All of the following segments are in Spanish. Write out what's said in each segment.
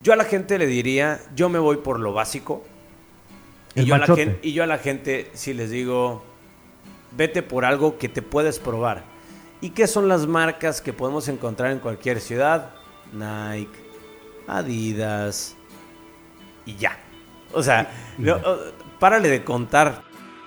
Yo a la gente le diría, yo me voy por lo básico. Y yo a la gente si les digo, vete por algo que te puedes probar. ¿Y qué son las marcas que podemos encontrar en cualquier ciudad? Nike, Adidas y ya. O sea, párale de contar.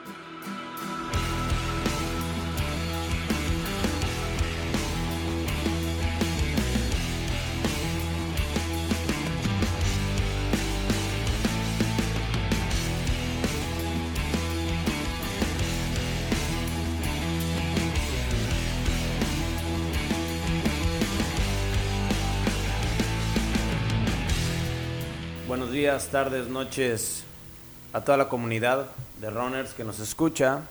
Buenos días, tardes, noches a toda la comunidad de runners que nos escucha.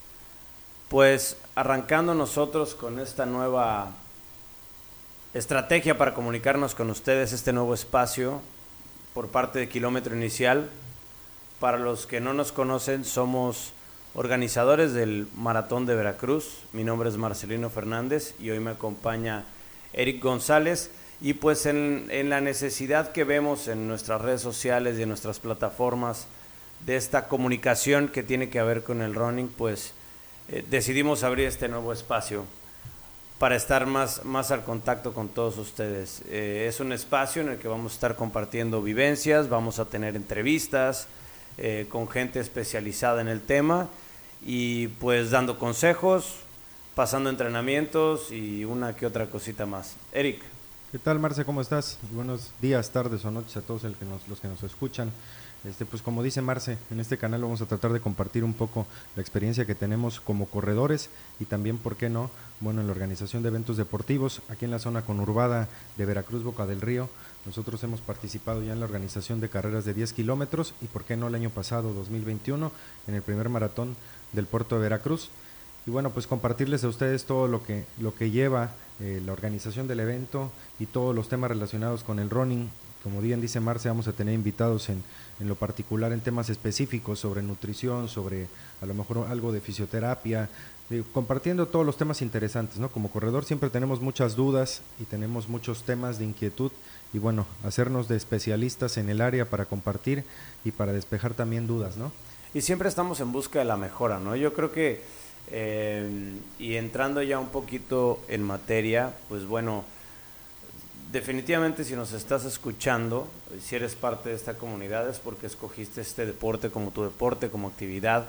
Pues arrancando nosotros con esta nueva estrategia para comunicarnos con ustedes, este nuevo espacio por parte de Kilómetro Inicial. Para los que no nos conocen, somos organizadores del Maratón de Veracruz. Mi nombre es Marcelino Fernández y hoy me acompaña Eric González. Y pues en la necesidad que vemos en nuestras redes sociales y en nuestras plataformas de esta comunicación que tiene que ver con el running, pues decidimos abrir este nuevo espacio para estar más al contacto con todos ustedes. Es un espacio en el que vamos a estar compartiendo vivencias, vamos a tener entrevistas con gente especializada en el tema y pues dando consejos, pasando entrenamientos y una que otra cosita más. Eric. ¿Qué tal, Marce? ¿Cómo estás? Buenos días, tardes o noches a todos los que nos escuchan. Pues como dice Marce, en este canal vamos a tratar de compartir un poco la experiencia que tenemos como corredores y también, ¿por qué no?, bueno, en la organización de eventos deportivos aquí en la zona conurbada de Veracruz, Boca del Río. Nosotros hemos participado ya en la organización de carreras de 10 kilómetros y, ¿por qué no?, el año pasado, 2021, en el primer maratón del puerto de Veracruz. Y bueno, pues compartirles a ustedes todo lo que lleva la organización del evento y todos los temas relacionados con el running. Como bien dice Marce, vamos a tener invitados en lo particular en temas específicos sobre nutrición, sobre a lo mejor algo de fisioterapia, compartiendo todos los temas interesantes, ¿no? Como corredor siempre tenemos muchas dudas y tenemos muchos temas de inquietud y bueno, hacernos de especialistas en el área para compartir y para despejar también dudas, ¿no? Y siempre estamos en busca de la mejora, ¿no? Yo creo que y entrando ya un poquito en materia, pues bueno, definitivamente si nos estás escuchando, si eres parte de esta comunidad es porque escogiste este deporte como tu deporte, como actividad,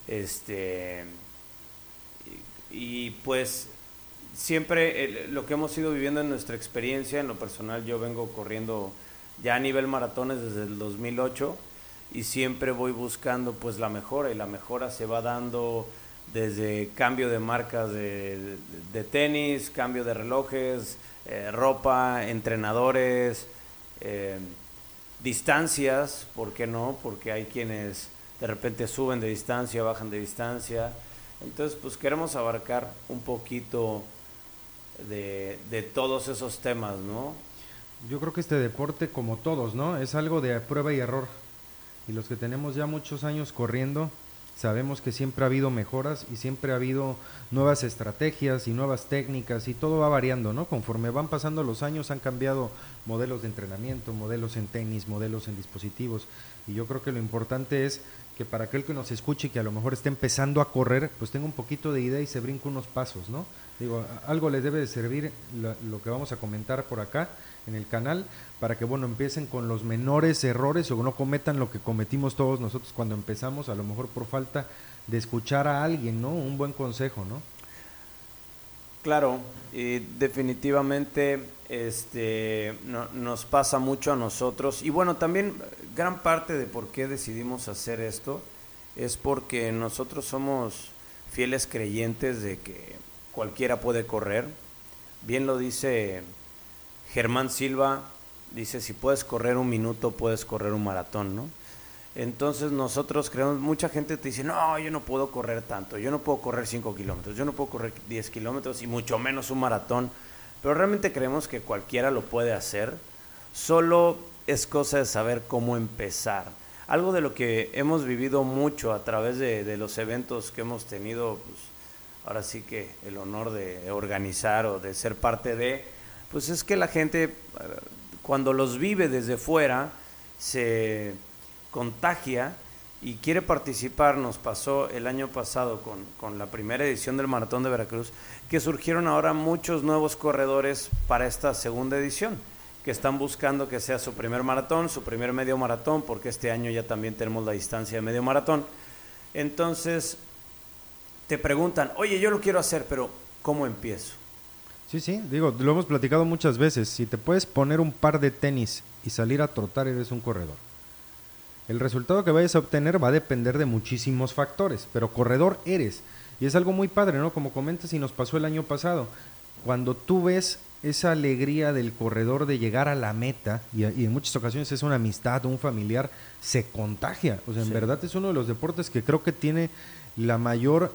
y pues siempre lo que hemos ido viviendo en nuestra experiencia, en lo personal yo vengo corriendo ya a nivel maratones desde el 2008 y siempre voy buscando pues la mejora, y la mejora se va dando desde cambio de marcas de tenis, cambio de relojes, ropa, entrenadores, distancias, ¿por qué no? Porque hay quienes de repente suben de distancia, bajan de distancia. Entonces, pues queremos abarcar un poquito de todos esos temas, ¿no? Yo creo que este deporte, como todos, ¿no?, es algo de prueba y error. Y los que tenemos ya muchos años corriendo, sabemos que siempre ha habido mejoras y siempre ha habido nuevas estrategias y nuevas técnicas y todo va variando, ¿no? Conforme van pasando los años han cambiado modelos de entrenamiento, modelos en tenis, modelos en dispositivos, y yo creo que lo importante es que para aquel que nos escuche y que a lo mejor esté empezando a correr, pues tenga un poquito de idea y se brinque unos pasos, ¿no? Digo, algo les debe de servir lo que vamos a comentar por acá en el canal, para que, bueno, empiecen con los menores errores o no cometan lo que cometimos todos nosotros cuando empezamos, a lo mejor por falta de escuchar a alguien, ¿no? Un buen consejo, ¿no? Claro, y definitivamente nos pasa mucho a nosotros. Y bueno, también gran parte de por qué decidimos hacer esto es porque nosotros somos fieles creyentes de que cualquiera puede correr. Bien lo dice Germán Silva, dice, si puedes correr un minuto, puedes correr un maratón, ¿no? Entonces nosotros creemos, mucha gente te dice, no, yo no puedo correr tanto, yo no puedo correr 5 kilómetros, yo no puedo correr 10 kilómetros y mucho menos un maratón, pero realmente creemos que cualquiera lo puede hacer, solo es cosa de saber cómo empezar. Algo de lo que hemos vivido mucho a través de los eventos que hemos tenido, pues ahora sí que el honor de organizar o de ser parte de, pues es que la gente cuando los vive desde fuera, se contagia y quiere participar. Nos pasó el año pasado con la primera edición del Maratón de Veracruz, que surgieron ahora muchos nuevos corredores para esta segunda edición, que están buscando que sea su primer maratón, su primer medio maratón, porque este año ya también tenemos la distancia de medio maratón. Entonces te preguntan, oye, yo lo quiero hacer, pero ¿cómo empiezo? Sí, sí, digo, lo hemos platicado muchas veces. Si te puedes poner un par de tenis y salir a trotar, eres un corredor. El resultado que vayas a obtener va a depender de muchísimos factores, pero corredor eres. Y es algo muy padre, ¿no? Como comentas y nos pasó el año pasado. Cuando tú ves esa alegría del corredor de llegar a la meta, y en muchas ocasiones es una amistad o un familiar, se contagia. O sea, en verdad es uno de los deportes que creo que tiene la mayor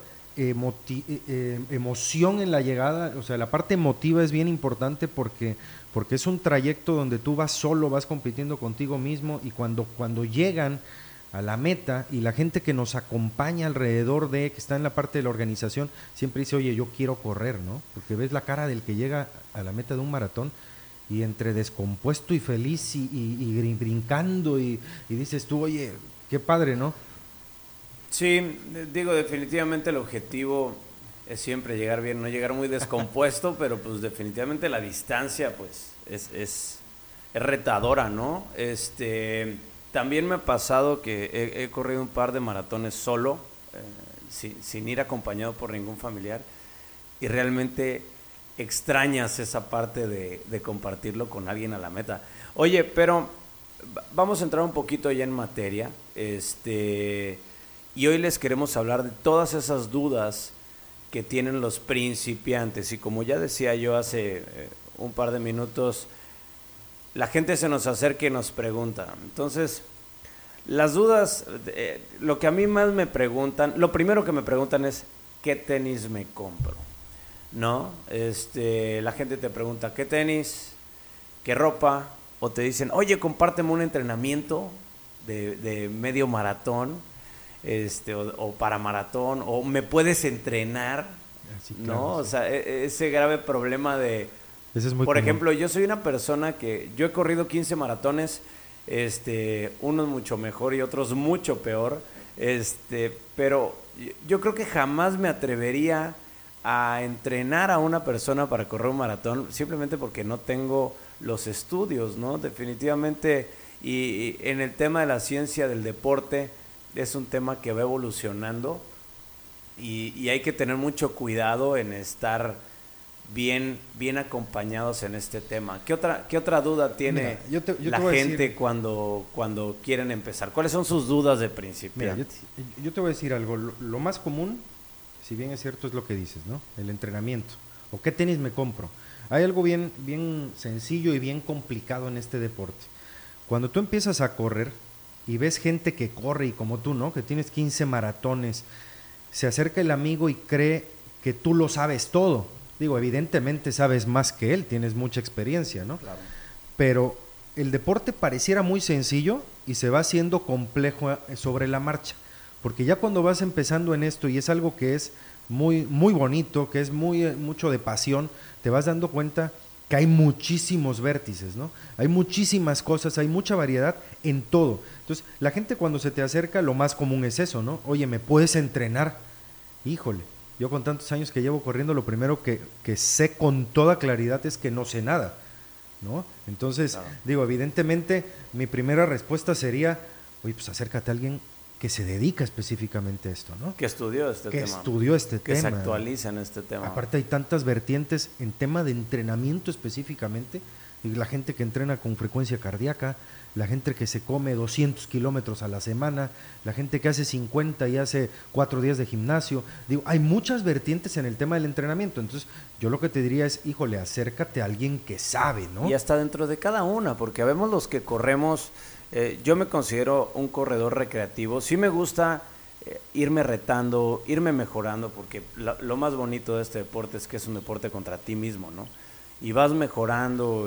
emoción en la llegada. O sea, la parte emotiva es bien importante porque es un trayecto donde tú vas solo, vas compitiendo contigo mismo, y cuando llegan a la meta y la gente que nos acompaña alrededor que está en la parte de la organización, siempre dice, oye, yo quiero correr, ¿no? Porque ves la cara del que llega a la meta de un maratón y entre descompuesto y feliz y brincando y dices tú, oye, qué padre, ¿no? Sí, digo, definitivamente el objetivo es siempre llegar bien, no llegar muy descompuesto, pero pues definitivamente la distancia pues es retadora, ¿no? También me ha pasado que he corrido un par de maratones solo, sin ir acompañado por ningún familiar, y realmente extrañas esa parte de compartirlo con alguien a la meta. Oye, pero vamos a entrar un poquito ya en materia, y hoy les queremos hablar de todas esas dudas que tienen los principiantes. Y como ya decía yo hace un par de minutos, la gente se nos acerca y nos pregunta. Entonces, las dudas, lo que a mí más me preguntan, lo primero que me preguntan es, ¿qué tenis me compro? ¿No? La gente te pregunta, ¿qué tenis? ¿Qué ropa? O te dicen, oye, compárteme un entrenamiento de medio maratón. O para maratón, o me puedes entrenar, sí, claro, ¿no? Sí. O sea, ese grave problema de... Ese es muy por común. ejemplo, yo soy una persona que... Yo he corrido 15 maratones, unos mucho mejor y otros mucho peor, pero yo creo que jamás me atrevería a entrenar a una persona para correr un maratón, simplemente porque no tengo los estudios, ¿no? Definitivamente, y en el tema de la ciencia del deporte... Es un tema que va evolucionando y hay que tener mucho cuidado en estar bien acompañados en este tema. ¿Qué otra duda tiene yo la gente decir, cuando quieren empezar? ¿Cuáles son sus dudas de principiante? Mira, yo te voy a decir algo. Lo más común, si bien es cierto, es lo que dices, ¿no? El entrenamiento. ¿O qué tenis me compro? Hay algo bien sencillo y bien complicado en este deporte. Cuando tú empiezas a correr y ves gente que corre y como tú, ¿no? Que tienes 15 maratones, se acerca el amigo y cree que tú lo sabes todo. Digo, evidentemente sabes más que él, tienes mucha experiencia, ¿no? Claro. Pero el deporte pareciera muy sencillo y se va haciendo complejo sobre la marcha, porque ya cuando vas empezando en esto y es algo que es muy, muy bonito, que es mucho de pasión, te vas dando cuenta que hay muchísimos vértices, ¿no? Hay muchísimas cosas, hay mucha variedad en todo. Entonces, la gente cuando se te acerca, lo más común es eso, ¿no? Oye, ¿me puedes entrenar? Híjole, yo con tantos años que llevo corriendo, lo primero que sé con toda claridad es que no sé nada, ¿no? Entonces, claro. Digo, evidentemente, mi primera respuesta sería, oye, pues acércate a alguien que se dedica específicamente a esto, ¿no? Que estudió este tema. Que se actualiza en este tema. Aparte hay tantas vertientes en tema de entrenamiento específicamente, y la gente que entrena con frecuencia cardíaca, la gente que se come 200 kilómetros a la semana, la gente que hace 50 y hace 4 días de gimnasio. Digo, hay muchas vertientes en el tema del entrenamiento. Entonces, yo lo que te diría es, híjole, acércate a alguien que sabe, ¿no? Y hasta dentro de cada una, porque vemos los que corremos... yo me considero un corredor recreativo. Sí me gusta irme retando, irme mejorando, porque lo más bonito de este deporte es que es un deporte contra ti mismo, ¿no? Y vas mejorando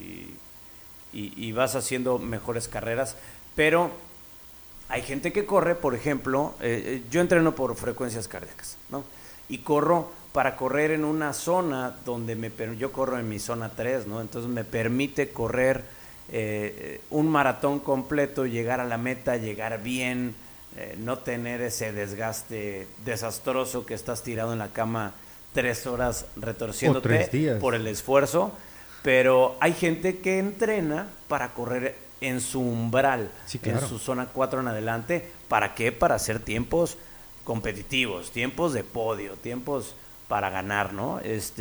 y vas haciendo mejores carreras, pero hay gente que corre, por ejemplo, yo entreno por frecuencias cardíacas, ¿no? Y corro para correr en una zona donde yo corro en mi zona 3, ¿no? Entonces me permite correr un maratón completo, llegar a la meta, llegar bien, no tener ese desgaste desastroso que estás tirado en la cama 3 horas retorciéndote 3 días por el esfuerzo, pero hay gente que entrena para correr en su umbral, sí, claro, en su zona 4 en adelante. ¿Para qué? Para hacer tiempos competitivos, tiempos de podio, tiempos para ganar, ¿no?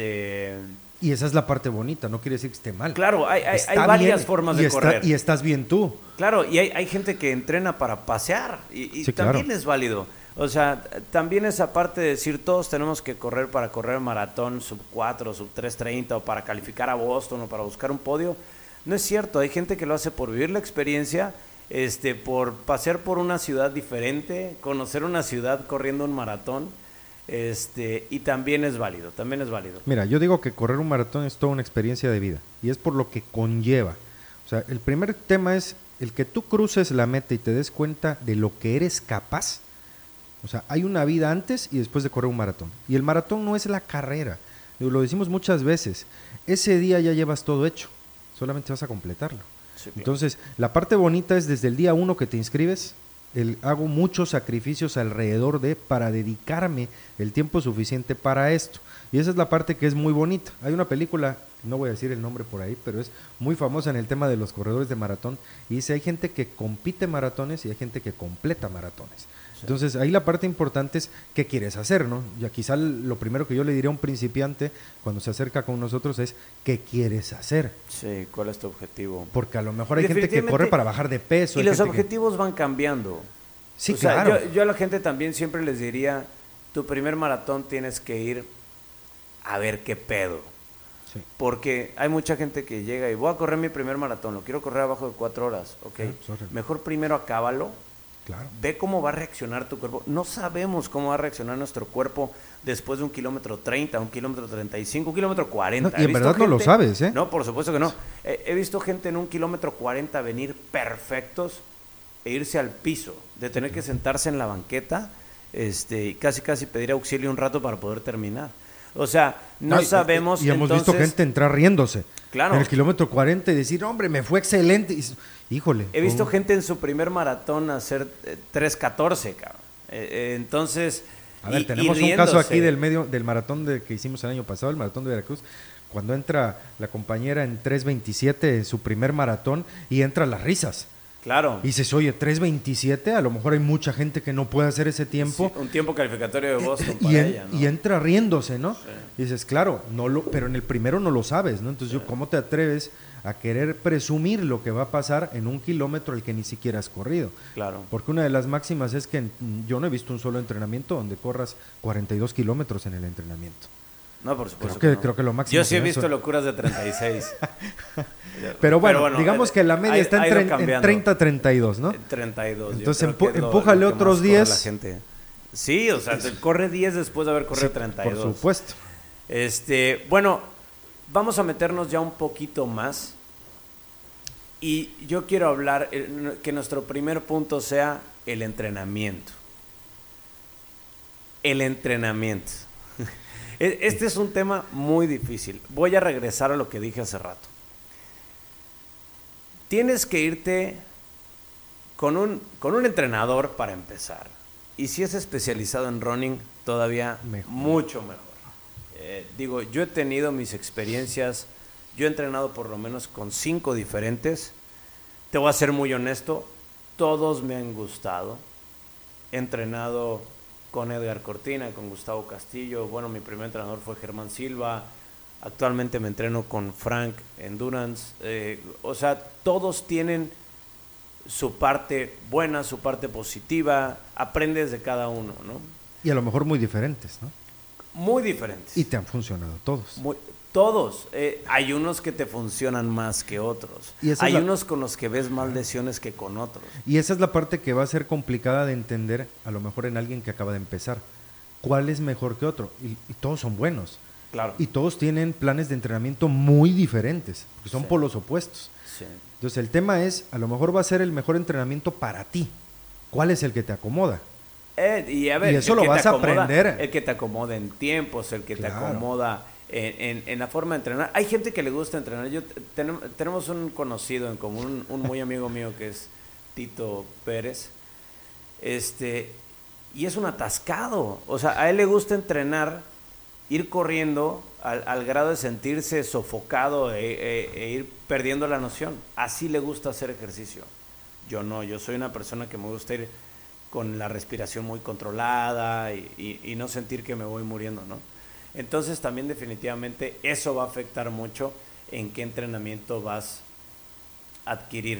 Y esa es la parte bonita, no quiere decir que esté mal. Claro, hay varias formas de correr. Y estás bien tú. Claro, y hay gente que entrena para pasear y sí, también claro, es válido. O sea, también esa parte de decir todos tenemos que correr para correr maratón sub 4, sub 3:30 o para calificar a Boston o para buscar un podio, no es cierto. Hay gente que lo hace por vivir la experiencia, por pasear por una ciudad diferente, conocer una ciudad corriendo un maratón. Y también es válido, Mira, yo digo que correr un maratón es toda una experiencia de vida y es por lo que conlleva. O sea, el primer tema es el que tú cruces la meta y te des cuenta de lo que eres capaz. O sea, hay una vida antes y después de correr un maratón. Y el maratón no es la carrera, lo decimos muchas veces. Ese día ya llevas todo hecho, solamente vas a completarlo. Sí, entonces, la parte bonita es desde el día 1 que te inscribes, hago muchos sacrificios alrededor para dedicarme el tiempo suficiente para esto. Y esa es la parte que es muy bonita. Hay una película, no voy a decir el nombre por ahí, pero es muy famosa en el tema de los corredores de maratón. Y dice, hay gente que compite maratones y hay gente que completa maratones. Sí. Entonces, ahí la parte importante es qué quieres hacer, ¿no? Ya quizá lo primero que yo le diría a un principiante cuando se acerca con nosotros es, ¿qué quieres hacer? Sí, ¿cuál es tu objetivo? Porque a lo mejor hay gente que corre para bajar de peso. Y los objetivos van cambiando. Sí, o sea, claro. Yo a la gente también siempre les diría, tu primer maratón tienes que ir a ver qué pedo. Sí. Porque hay mucha gente que llega y voy a correr mi primer maratón, lo quiero correr abajo de 4 horas. Ok, mejor primero acábalo. Claro. Ve cómo va a reaccionar tu cuerpo. No sabemos cómo va a reaccionar nuestro cuerpo después de 1 kilómetro 30, 1 kilómetro 35, 1 kilómetro 40. No, y en verdad gente, no lo sabes, ¿eh? No, por supuesto que no. He visto gente en 1 kilómetro 40 venir perfectos e irse al piso, de tener que sentarse en la banqueta y casi pedir auxilio un rato para poder terminar. O sea, no sabemos. Y hemos visto gente entrar riéndose. Claro. En el kilómetro 40 y decir, hombre, me fue excelente. Híjole. He visto gente en su primer maratón hacer 3:14, cabrón. Entonces. A ver, tenemos un caso aquí del maratón que hicimos el año pasado, el maratón de Veracruz, cuando entra la compañera en 3:27 en su primer maratón y entra las risas. Claro. Y dices, oye, 3:27, a lo mejor hay mucha gente que no puede hacer ese tiempo. Sí, un tiempo calificatorio de Boston para ella, ¿no? Y entra riéndose, ¿no? Sí. Y dices, claro, pero en el primero no lo sabes, ¿no? Entonces, ¿cómo te atreves a querer presumir lo que va a pasar en 1 kilómetro al que ni siquiera has corrido? Claro. Porque una de las máximas es que yo no he visto un solo entrenamiento donde corras 42 kilómetros en el entrenamiento. No, por supuesto. Creo que lo máximo. Yo sí he visto locuras de 36. pero bueno, digamos que la media está en 30-32, ¿no? 32. Entonces empújale otros 10. La gente. Sí, o sea, corre 10 después de haber corrido 32. Por supuesto. Bueno, vamos a meternos ya un poquito más. Y yo quiero hablar, que nuestro primer punto sea el entrenamiento. El entrenamiento. Este es un tema muy difícil. Voy a regresar a lo que dije hace rato. Tienes que irte con un entrenador para empezar. Y si es especializado en running, todavía mucho mejor. Yo he tenido mis experiencias. Yo he entrenado por lo menos con 5 diferentes. Te voy a ser muy honesto. Todos me han gustado. He entrenado con Edgar Cortina, con Gustavo Castillo. Bueno, mi primer entrenador fue Germán Silva. Actualmente me entreno con Frank Endurance. O sea, todos tienen su parte buena, su parte positiva. Aprendes de cada uno, ¿no? Y a lo mejor muy diferentes, ¿no? Muy diferentes. Y te han funcionado todos. Todos. Hay unos que te funcionan más que otros. Hay unos con los que ves más lesiones que con otros. Y esa es la parte que va a ser complicada de entender, a lo mejor en alguien que acaba de empezar. ¿Cuál es mejor que otro? Y todos son buenos. Claro. Y todos tienen planes de entrenamiento muy diferentes, porque son polos opuestos. Sí. Entonces el tema es, a lo mejor va a ser el mejor entrenamiento para ti. ¿Cuál es el que te acomoda? Y a ver, y eso lo vas a aprender. El que te acomoda en tiempos, el que te acomoda en la forma de entrenar. Hay gente que le gusta entrenar. Tenemos un conocido en común, un muy amigo mío que es Tito Pérez, y es un atascado. O sea, a él le gusta entrenar, ir corriendo al grado de sentirse sofocado e ir perdiendo la noción. Así le gusta hacer ejercicio. Yo no, yo soy una persona que me gusta ir con la respiración muy controlada y no sentir que me voy muriendo, ¿no? Entonces también definitivamente eso va a afectar mucho en qué entrenamiento vas a adquirir.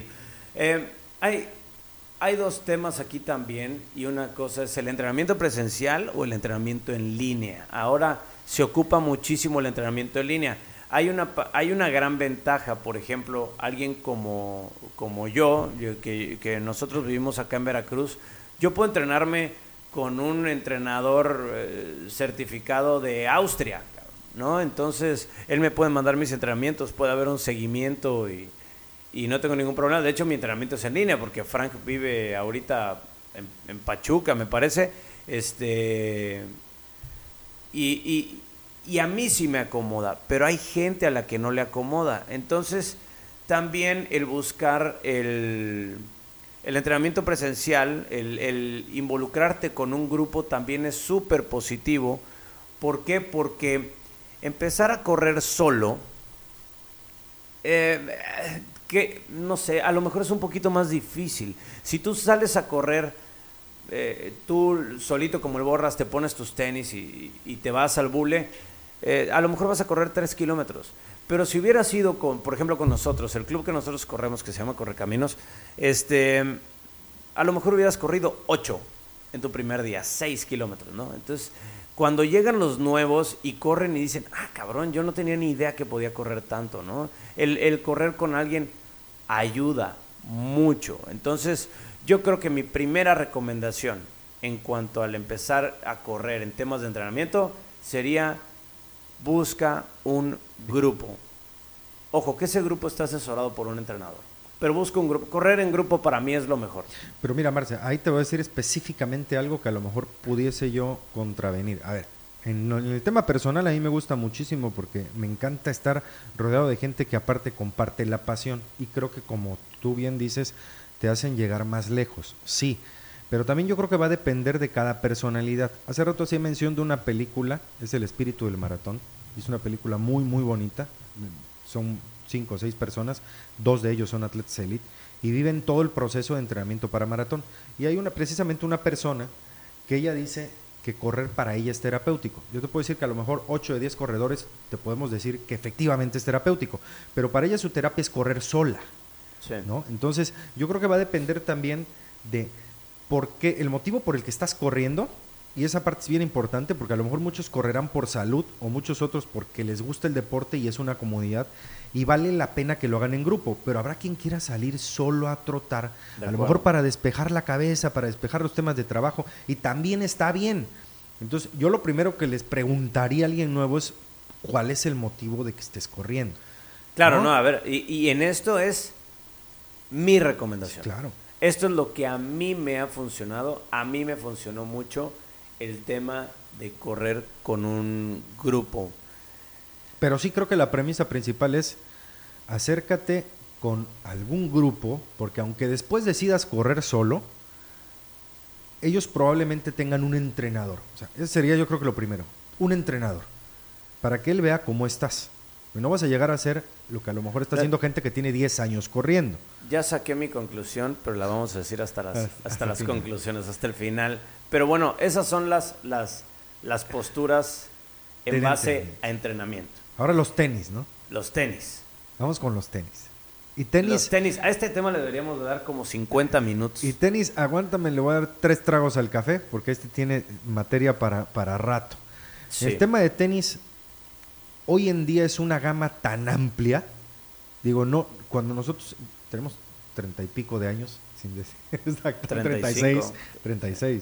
Hay dos temas aquí también, y una cosa es el entrenamiento presencial o el entrenamiento en línea. Ahora se ocupa muchísimo el entrenamiento en línea. Hay una gran ventaja, por ejemplo, alguien como yo que nosotros vivimos acá en Veracruz, yo puedo entrenarme con un entrenador certificado de Austria, ¿no? Entonces, él me puede mandar mis entrenamientos, puede haber un seguimiento y no tengo ningún problema. De hecho, mi entrenamiento es en línea porque Frank vive ahorita en Pachuca, me parece. Y a mí sí me acomoda, pero hay gente a la que no le acomoda. Entonces, también el buscar el entrenamiento presencial, el involucrarte con un grupo también es súper positivo. ¿Por qué? Porque empezar a correr solo, que no sé, a lo mejor es un poquito más difícil. Si tú sales a correr, tú solito como el Borras, te pones tus tenis y te vas al bule, a lo mejor vas a correr 3 kilómetros. Pero si hubieras ido, por ejemplo, con nosotros, el club que nosotros corremos, que se llama Correcaminos, a lo mejor hubieras corrido 8 en tu primer día, 6 kilómetros, ¿no? Entonces, cuando llegan los nuevos y corren y dicen, cabrón, yo no tenía ni idea que podía correr tanto, ¿no? El correr con alguien ayuda mucho. Entonces, yo creo que mi primera recomendación en cuanto al empezar a correr en temas de entrenamiento sería: busca un grupo. Ojo, que ese grupo está asesorado por un entrenador, pero busca un grupo. Correr en grupo para mí es lo mejor. Pero mira, Marce, ahí te voy a decir específicamente algo que a lo mejor pudiese yo contravenir. A ver, en el tema personal a mí me gusta muchísimo porque me encanta estar rodeado de gente que aparte comparte la pasión, y creo que, como tú bien dices, te hacen llegar más lejos, sí, pero también yo creo que va a depender de cada personalidad. Hace rato hacía mención de una película, es El espíritu del maratón, es una película muy muy bonita, son 5 o 6 personas, 2 de ellos son atletas elite y viven todo el proceso de entrenamiento para maratón, y hay precisamente una persona que ella dice que correr para ella es terapéutico. Yo te puedo decir que a lo mejor 8 de 10 corredores te podemos decir que efectivamente es terapéutico, pero para ella su terapia es correr sola, sí, ¿no? Entonces yo creo que va a depender también de por qué, el motivo por el que estás corriendo, y esa parte es bien importante porque a lo mejor muchos correrán por salud o muchos otros porque les gusta el deporte y es una comodidad y vale la pena que lo hagan en grupo, pero habrá quien quiera salir solo a trotar, a lo mejor para despejar la cabeza, para despejar los temas de trabajo, y también está bien. Entonces yo lo primero que les preguntaría a alguien nuevo es: ¿cuál es el motivo de que estés corriendo? Claro, no, a ver, y en esto es mi recomendación. Claro. Esto es lo que a mí me ha funcionado. A mí me funcionó mucho el tema de correr con un grupo. Pero sí creo que la premisa principal es: acércate con algún grupo, porque aunque después decidas correr solo, ellos probablemente tengan un entrenador. O sea, ese sería, yo creo que lo primero, un entrenador, para que él vea cómo estás. Y no vas a llegar a hacer lo que a lo mejor está haciendo gente que tiene 10 años corriendo. Ya saqué mi conclusión, pero la vamos a decir hasta las conclusiones, hasta el final. Pero bueno, esas son las posturas en base a entrenamiento. Ahora los tenis, ¿no? Los tenis. Vamos con los tenis. Y tenis. Los tenis. A este tema le deberíamos de dar como 50 minutos. Y tenis, aguántame, le voy a dar 3 tragos al café porque este tiene materia para rato. Sí. El tema de tenis hoy en día es una gama tan amplia. Digo, no, cuando nosotros tenemos 30 y pico de años, sin decir exacto, 36.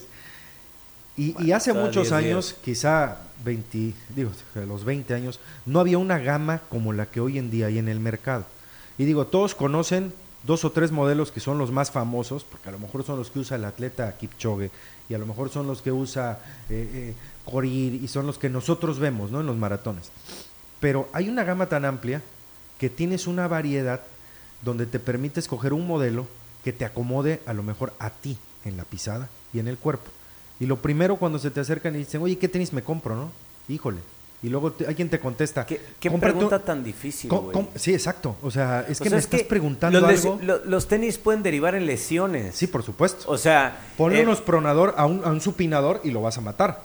Y hace muchos años, quizá 20, los 20 años, no había una gama como la que hoy en día hay en el mercado. Y digo, todos conocen 2 o 3 modelos que son los más famosos, porque a lo mejor son los que usa el atleta Kipchoge, y a lo mejor son los que usa Korir, y son los que nosotros vemos, ¿no?, en los maratones. pero hay una gama tan amplia que tienes una variedad donde te permite escoger un modelo que te acomode a lo mejor a ti en la pisada y en el cuerpo. Y lo primero cuando se te acercan y dicen, oye, ¿qué tenis me compro, no? Híjole. Y luego hay quien te contesta. ¿Qué pregunta tan difícil, güey? Sí, exacto. O sea, es que sea, me estás preguntando algo. Los tenis pueden derivar en lesiones. Sí, por supuesto. O sea... Ponle unos pronador a un supinador y lo vas a matar.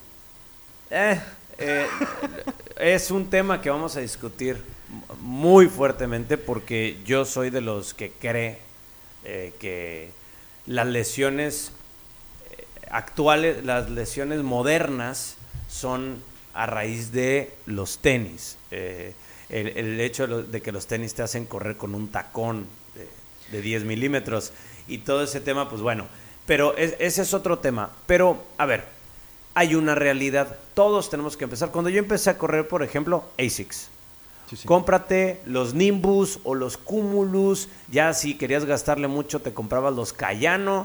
Es un tema que vamos a discutir muy fuertemente porque yo soy de los que cree que las lesiones actuales, las lesiones modernas son a raíz de los tenis. El hecho de que los tenis te hacen correr con un tacón de 10 milímetros y todo ese tema, pues bueno, pero ese es otro tema. Pero, a ver, hay una realidad, todos tenemos que empezar. Cuando yo empecé a correr, por ejemplo, ASICS. Sí. Cómprate los Nimbus o los Cumulus, ya si querías gastarle mucho te comprabas los Cayano,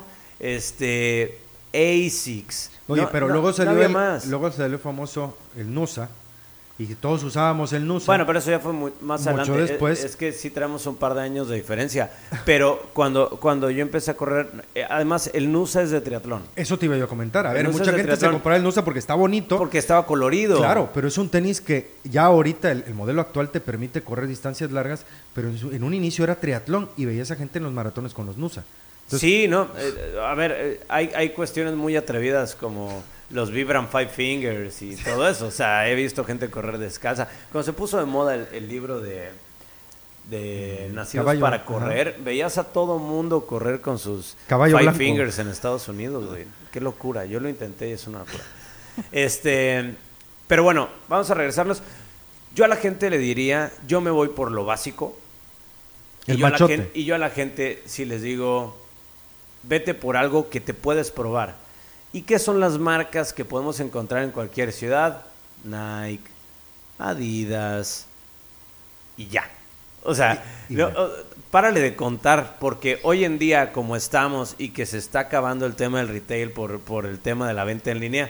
ASICS. Oye, pero luego salió el famoso, el Nusa, y todos usábamos el Nusa. Bueno, pero eso ya fue más adelante. Mucho después. Es que sí traemos un par de años de diferencia. Pero cuando yo empecé a correr, además el Nusa es de triatlón. Eso te iba yo a comentar. A ver, mucha gente se compraba el Nusa porque está bonito. Porque estaba colorido. Claro, pero es un tenis que ya ahorita el modelo actual te permite correr distancias largas, pero en un inicio era triatlón y veías a gente en los maratones con los Nusa. Entonces, sí, no, a ver, hay cuestiones muy atrevidas como los Vibram Five Fingers y todo eso. O sea, he visto gente correr descalza. Cuando se puso de moda el libro de Nacidos Caballo, para Correr, ajá, veías a todo mundo correr con sus Caballo Five blanco. Fingers en Estados Unidos, güey. Qué locura, yo lo intenté y es una locura. Pero bueno, vamos a regresarnos. Yo a la gente le diría, yo me voy por lo básico. Y yo a la gente, si les digo, vete por algo que te puedes probar. ¿Y qué son las marcas que podemos encontrar en cualquier ciudad? Nike, Adidas y ya. O sea, párale de contar, porque hoy en día, como estamos y que se está acabando el tema del retail por el tema de la venta en línea,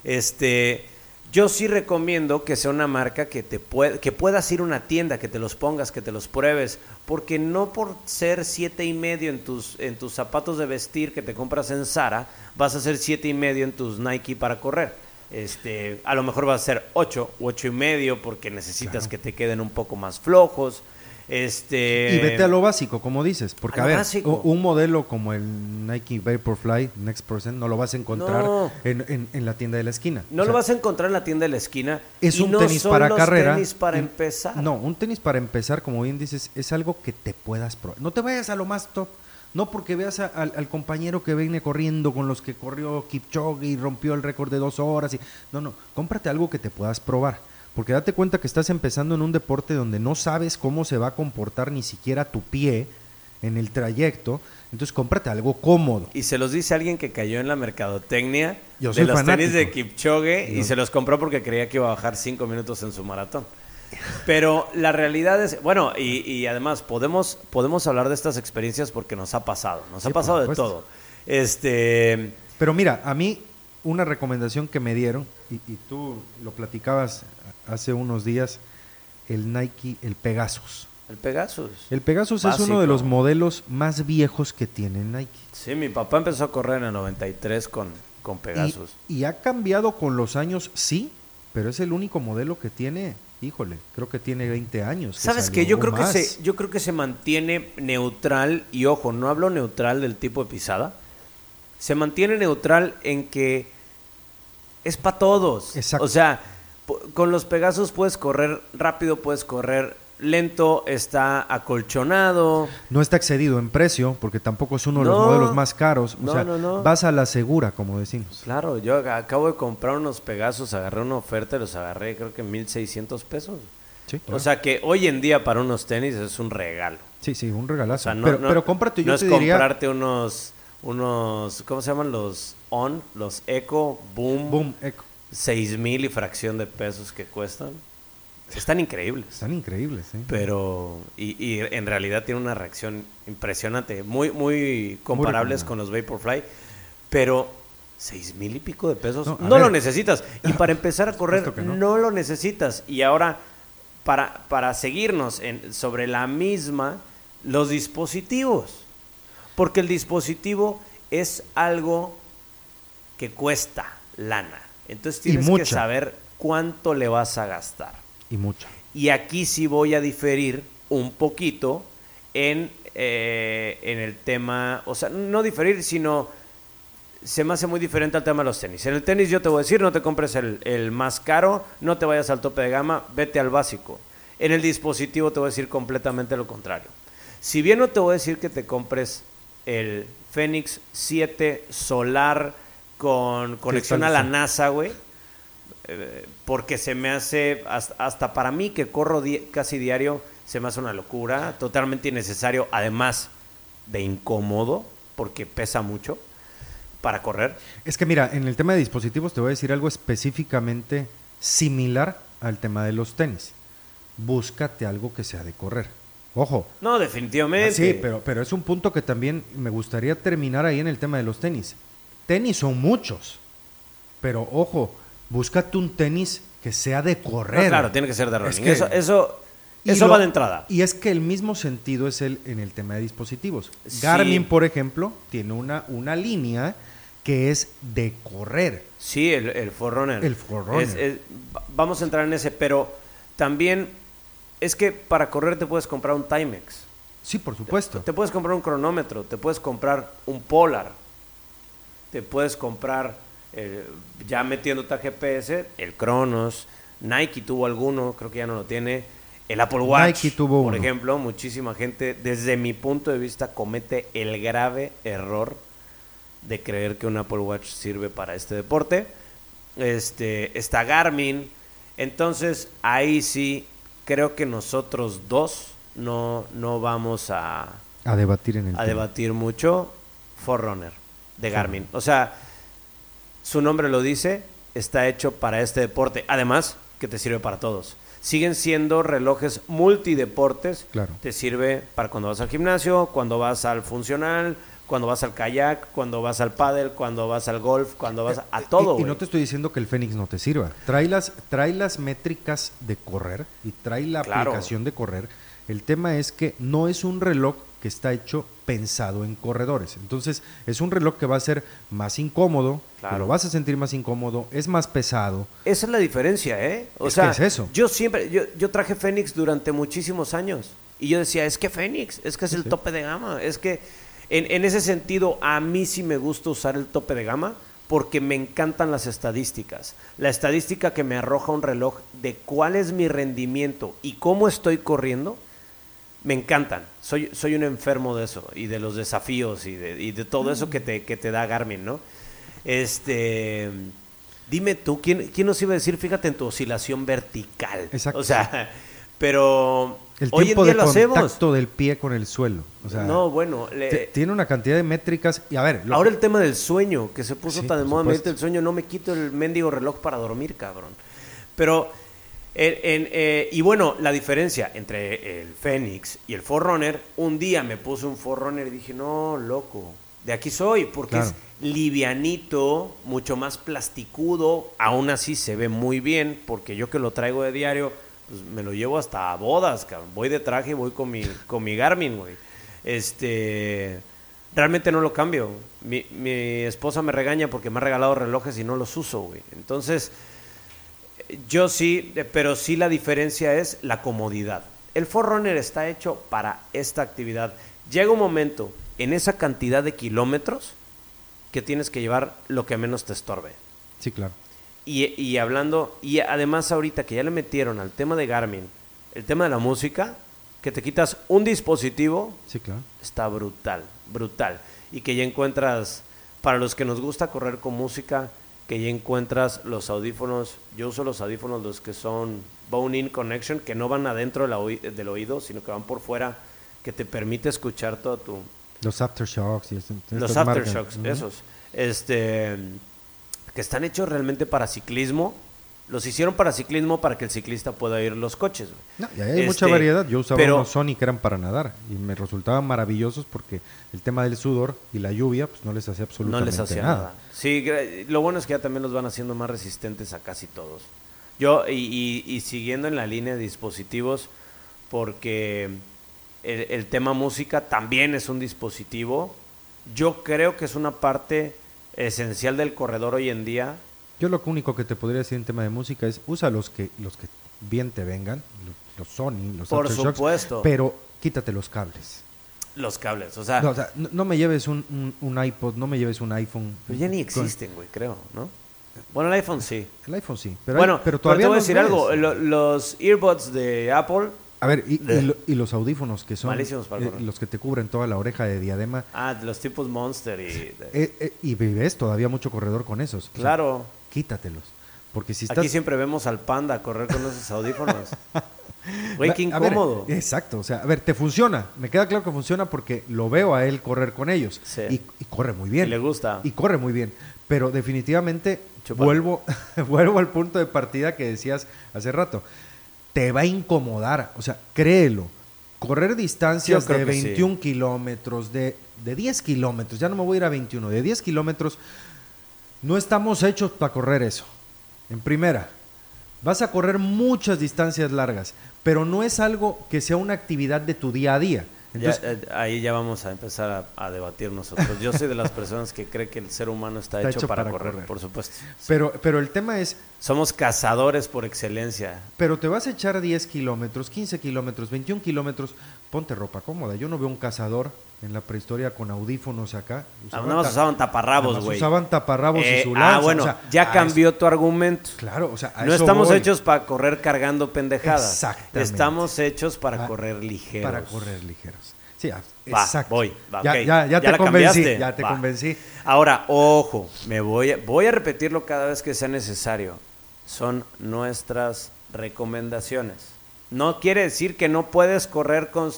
yo sí recomiendo que sea una marca que puedas ir a una tienda, que te los pongas, que te los pruebes, porque no por ser 7.5 en tus zapatos de vestir que te compras en Zara, vas a ser 7.5 en tus Nike para correr. A lo mejor va a ser 8 u 8.5 porque necesitas que te queden un poco más flojos. Y vete a lo básico, como dices, porque a ver, básico. Un modelo como el Nike Vaporfly Next Percent no lo vas a encontrar en la tienda de la esquina. No lo vas a encontrar en la tienda de la esquina. Es un tenis para carrera. Tenis para empezar. No, un tenis para empezar, como bien dices, es algo que te puedas probar. No te vayas a lo más top. No porque veas al compañero que viene corriendo con los que corrió Kipchoge y rompió el récord de 2 horas. No, cómprate algo que te puedas probar. Porque date cuenta que estás empezando en un deporte donde no sabes cómo se va a comportar ni siquiera tu pie en el trayecto. Entonces cómprate algo cómodo. Y se los dice alguien que cayó en la mercadotecnia de los fanático. Tenis de Kipchoge y se los compró porque creía que iba a bajar 5 minutos en su maratón. Pero la realidad es, bueno, y además podemos hablar de estas experiencias porque nos ha pasado. Nos ha pasado de todo. Pero mira, a mí una recomendación que me dieron, y tú lo platicabas hace unos días, el Nike, el Pegasus. El Pegasus. El Pegasus básico. Es uno de los modelos más viejos que tiene Nike. Sí, mi papá empezó a correr en el 93 con Pegasus. Y ha cambiado con los años, sí, pero es el único modelo que tiene, híjole, creo que tiene 20 años. ¿Sabes qué? Yo creo que se mantiene neutral, y ojo, no hablo neutral del tipo de pisada, se mantiene neutral en que es para todos. Exacto. O sea, con los Pegasus puedes correr rápido, puedes correr lento, está acolchonado. No está excedido en precio, porque tampoco es uno de los modelos más caros. Vas a la segura, como decimos. Claro, yo acabo de comprar unos Pegasus, agarré una oferta y los agarré creo que 1,600 pesos. Sí, claro. O sea que hoy en día para unos tenis es un regalo. Sí, un regalazo. O sea, pero cómprate, yo no te es diría... comprarte unos, ¿cómo se llaman? Los Eco, Boom Eco. 6,000 y fracción de pesos que cuestan. Están increíbles. Están increíbles, sí. Pero, y en realidad tiene una reacción impresionante. Muy, muy comparables con los Vaporfly. Pero 6,000 y pico de pesos no lo necesitas. Y para empezar a correr no lo necesitas. Y ahora para seguirnos sobre la misma, los dispositivos. Porque el dispositivo es algo que cuesta lana. Entonces tienes que saber cuánto le vas a gastar. Y mucho. Y aquí sí voy a diferir un poquito en el tema, o sea, no diferir, sino se me hace muy diferente al tema de los tenis. En el tenis yo te voy a decir, no te compres el más caro, no te vayas al tope de gama, vete al básico. En el dispositivo te voy a decir completamente lo contrario. Si bien no te voy a decir que te compres el Fenix 7 Solar con conexión a la NASA, güey, porque se me hace, hasta para mí que corro casi diario, se me hace una locura, totalmente innecesario, además de incómodo, porque pesa mucho para correr. Es que mira, en el tema de dispositivos te voy a decir algo específicamente similar al tema de los tenis. Búscate algo que sea de correr. Ojo. No, definitivamente. Sí, pero es un punto que también me gustaría terminar ahí en el tema de los tenis. Tenis son muchos, pero ojo, búscate un tenis que sea de correr. No, claro, tiene que ser de running. Es que eso va de entrada. Y es que el mismo sentido es en el tema de dispositivos. Sí. Garmin, por ejemplo, tiene una línea que es de correr. Sí, el Forerunner. El Forerunner. Vamos a entrar en ese, pero también es que para correr te puedes comprar un Timex. Sí, por supuesto. Te puedes comprar un cronómetro, te puedes comprar un Polar, te puedes comprar, ya metiéndote a GPS, el Cronos. Nike tuvo alguno, creo que ya no lo tiene. El Apple Watch, Nike tuvo por uno. ejemplo, muchísima gente, desde mi punto de vista, comete el grave error de creer que un Apple Watch sirve para este deporte. Está Garmin. Entonces, ahí sí, creo que nosotros dos no vamos a debatir en el tema. Debatir mucho. Forerunner de Garmin. O sea, su nombre lo dice, está hecho para este deporte. Además, que te sirve para todos. Siguen siendo relojes multideportes. Claro. Te sirve para cuando vas al gimnasio, cuando vas al funcional, cuando vas al kayak, cuando vas al pádel, cuando vas al golf, cuando vas a todo. Y no te estoy diciendo que el Fenix no te sirva. Trae las métricas de correr y trae la aplicación de correr. El tema es que no es un reloj que está hecho pensado en corredores. Entonces, es un reloj que va a ser más incómodo, que lo vas a sentir más incómodo, es más pesado. Esa es la diferencia, ¿eh? O sea, ¿qué es eso? Yo traje Fenix durante muchísimos años y yo decía, es que Fenix, es que es el tope de gama, es que en ese sentido a mí sí me gusta usar el tope de gama porque me encantan las estadísticas. La estadística que me arroja un reloj de cuál es mi rendimiento y cómo estoy corriendo, me encantan. Soy un enfermo de eso y de los desafíos y de todo eso que te da Garmin, ¿no? Dime tú, ¿quién nos iba a decir? Fíjate en tu oscilación vertical. Exacto. O sea, pero el hoy en tiempo día de lo hacemos. contacto del pie con el suelo. O sea, no, bueno. Tiene una cantidad de métricas. Y a ver. Ahora el tema del sueño, que se puso tan de moda, supuesto. medita el sueño, no me quito el mendigo reloj para dormir, cabrón. Pero, y bueno, la diferencia entre el Fenix y el Forerunner, un día me puse un Forerunner y dije, no, loco, de aquí soy, porque es livianito, mucho más plasticudo, aún así se ve muy bien, porque yo que lo traigo de diario, pues me lo llevo hasta a bodas, cabrón. Voy de traje y voy con mi Garmin, güey. Realmente no lo cambio. Mi esposa me regaña porque me ha regalado relojes y no los uso, güey. Entonces, yo sí, pero sí la diferencia es la comodidad. El Forerunner está hecho para esta actividad. Llega un momento en esa cantidad de kilómetros que tienes que llevar lo que menos te estorbe. Sí, claro. Y hablando, y además ahorita que ya le metieron al tema de Garmin, el tema de la música, que te quitas un dispositivo, sí, claro, está brutal. Y que ya encuentras, para los que nos gusta correr con música, que ya encuentras los audífonos. Yo uso los audífonos, los que son bone-in connection, que no van adentro del oído, sino que van por fuera, que te permite escuchar todo tu... Los aftershocks. Los aftershocks, esos. Que están hechos realmente para ciclismo. Los hicieron para ciclismo para que el ciclista pueda oír los coches. No, y hay mucha variedad. Yo usaba unos Sony que eran para nadar y me resultaban maravillosos porque el tema del sudor y la lluvia pues no les hacía absolutamente nada. Sí, lo bueno es que ya también los van haciendo más resistentes a casi todos. Yo, y siguiendo en la línea de dispositivos, porque el tema música también es un dispositivo. Yo creo que es una parte esencial del corredor hoy en día. Yo lo único que te podría decir en tema de música es usa los que bien te vengan, los Sony, los Por Aftershocks, supuesto. pero quítate los cables. Los cables, o sea... No me lleves un iPod, no me lleves un iPhone. Pero ya ni existen, güey, creo, ¿no? Bueno, el iPhone sí. El iPhone sí, pero todavía te voy a decir ves. algo, los earbuds de Apple... A ver, y los audífonos que son malísimos para correr. los que te cubren toda la oreja de diadema. Los tipos Monster y... Y ves todavía mucho corredor con esos. Claro. O sea, quítatelos. Porque si estás... Aquí siempre vemos al Panda correr con esos audífonos. Güey, qué incómodo. Exacto, o sea, a ver, te funciona. Me queda claro que funciona porque lo veo a él correr con ellos. Sí. Y corre muy bien. Y le gusta. Y corre muy bien. Pero definitivamente Chúpalo. vuelvo al punto de partida que decías hace rato. Te va a incomodar, o sea, créelo. Correr distancias de 21 kilómetros, de 10 kilómetros, ya no me voy a ir a 21, de 10 kilómetros, no estamos hechos para correr eso. En primera, vas a correr muchas distancias largas, pero no es algo que sea una actividad de tu día a día. Entonces, ahí ya vamos a empezar a debatir nosotros. Yo soy de las personas que cree que el ser humano está hecho para correr, por supuesto. Sí. Pero el tema es... Somos cazadores por excelencia. Pero te vas a echar 10 kilómetros, 15 kilómetros, 21 kilómetros, ponte ropa cómoda. Yo no veo un cazador en la prehistoria con audífonos acá. Nada más usaban taparrabos, güey. Usaban taparrabos y su lanza. Bueno, o sea, ya cambió tu argumento. Claro, o sea, no estamos hechos para correr cargando pendejadas. Exactamente. Estamos hechos para correr ligeros. Para correr ligeros. Sí, exacto. Va, ya te convencí, ya te convencí. Ahora, ojo, voy a repetirlo cada vez que sea necesario. Son nuestras recomendaciones. No quiere decir que no puedes correr con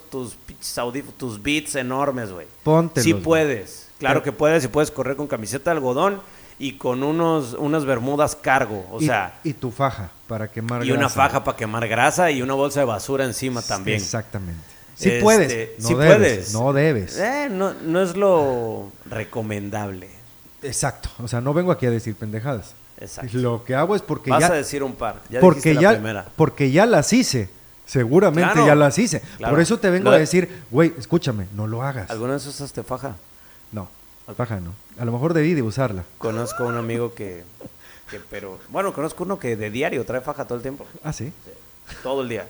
tus beats enormes, güey. Póntelos. Sí puedes. Claro que puedes, y puedes correr con camiseta de algodón y con unas bermudas cargo, y tu faja para quemar grasa. Y una faja para quemar grasa y una bolsa de basura encima también. Exactamente. Sí puedes, no debes. No es lo recomendable. Exacto, o sea, no vengo aquí a decir pendejadas. Exacto. Lo que hago es porque Vas ya... a decir un par, ya dijiste la primera. Porque ya las hice, seguramente claro, ya las hice. Claro. Por eso te vengo a decir, güey, escúchame, no lo hagas. ¿Alguna vez usaste faja? No, faja no. A lo mejor debí de usarla. Conozco a un amigo conozco uno que de diario trae faja todo el tiempo. ¿Ah, sí? Sí, todo el día.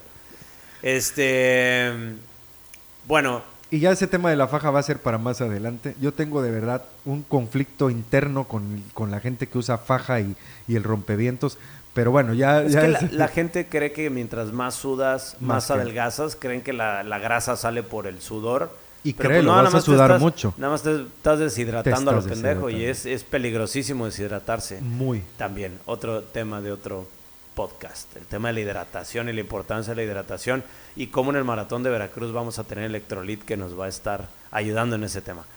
Bueno. Y ya ese tema de la faja va a ser para más adelante. Yo tengo de verdad un conflicto interno con la gente que usa faja y el rompevientos. Pero bueno, la gente cree que mientras más sudas, más adelgazas. Creen que la grasa sale por el sudor. Y créelo, vas a sudar mucho. Nada más te estás deshidratando a lo pendejo. Y es peligrosísimo deshidratarse. Muy. También, otro tema de otro podcast, el tema de la hidratación y la importancia de la hidratación y cómo en el maratón de Veracruz vamos a tener electrolit que nos va a estar ayudando en ese tema.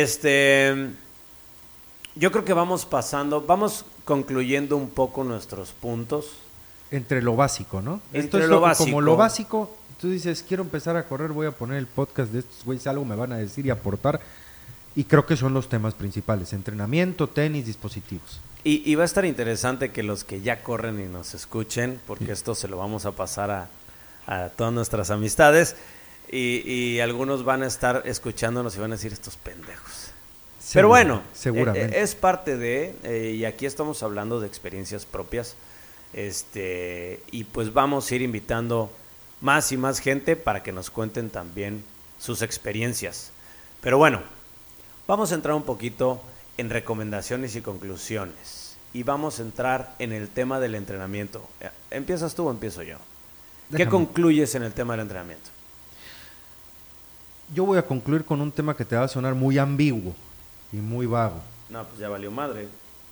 Yo creo que vamos concluyendo un poco nuestros puntos. Entre lo básico, ¿no? Entre lo básico. Como lo básico, tú dices, quiero empezar a correr, voy a poner el podcast de estos güeyes, algo me van a decir y aportar. Y creo que son los temas principales, entrenamiento, tenis, dispositivos. Y va a estar interesante que los que ya corren y nos escuchen, porque esto se lo vamos a pasar a todas nuestras amistades, y algunos van a estar escuchándonos y van a decir estos pendejos. Pero bueno, seguramente. Es parte de, y aquí estamos hablando de experiencias propias, y pues vamos a ir invitando más y más gente para que nos cuenten también sus experiencias. Pero bueno, vamos a entrar un poquito en recomendaciones y conclusiones. Y vamos a entrar en el tema del entrenamiento. ¿Empiezas tú o empiezo yo? ¿Qué concluyes en el tema del entrenamiento? Yo voy a concluir con un tema que te va a sonar muy ambiguo y muy vago. No, pues ya valió madre.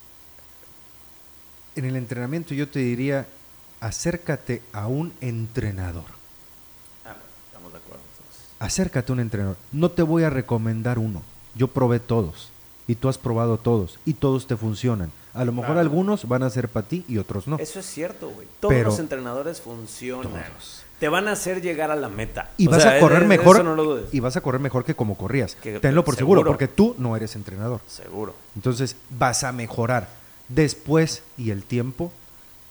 En el entrenamiento yo te diría, acércate a un entrenador. Estamos de acuerdo entonces. Acércate a un entrenador. No te voy a recomendar uno. Yo probé todos. Y tú has probado todos. Y todos te funcionan. A lo mejor algunos van a ser para ti y otros no. Eso es cierto, güey. Todos los entrenadores funcionan. Todos. Te van a hacer llegar a la meta. Y vas a correr mejor. Eso no lo dudes. Y vas a correr mejor que como corrías. Tenlo por seguro, porque tú no eres entrenador. Seguro. Entonces vas a mejorar. Después y el tiempo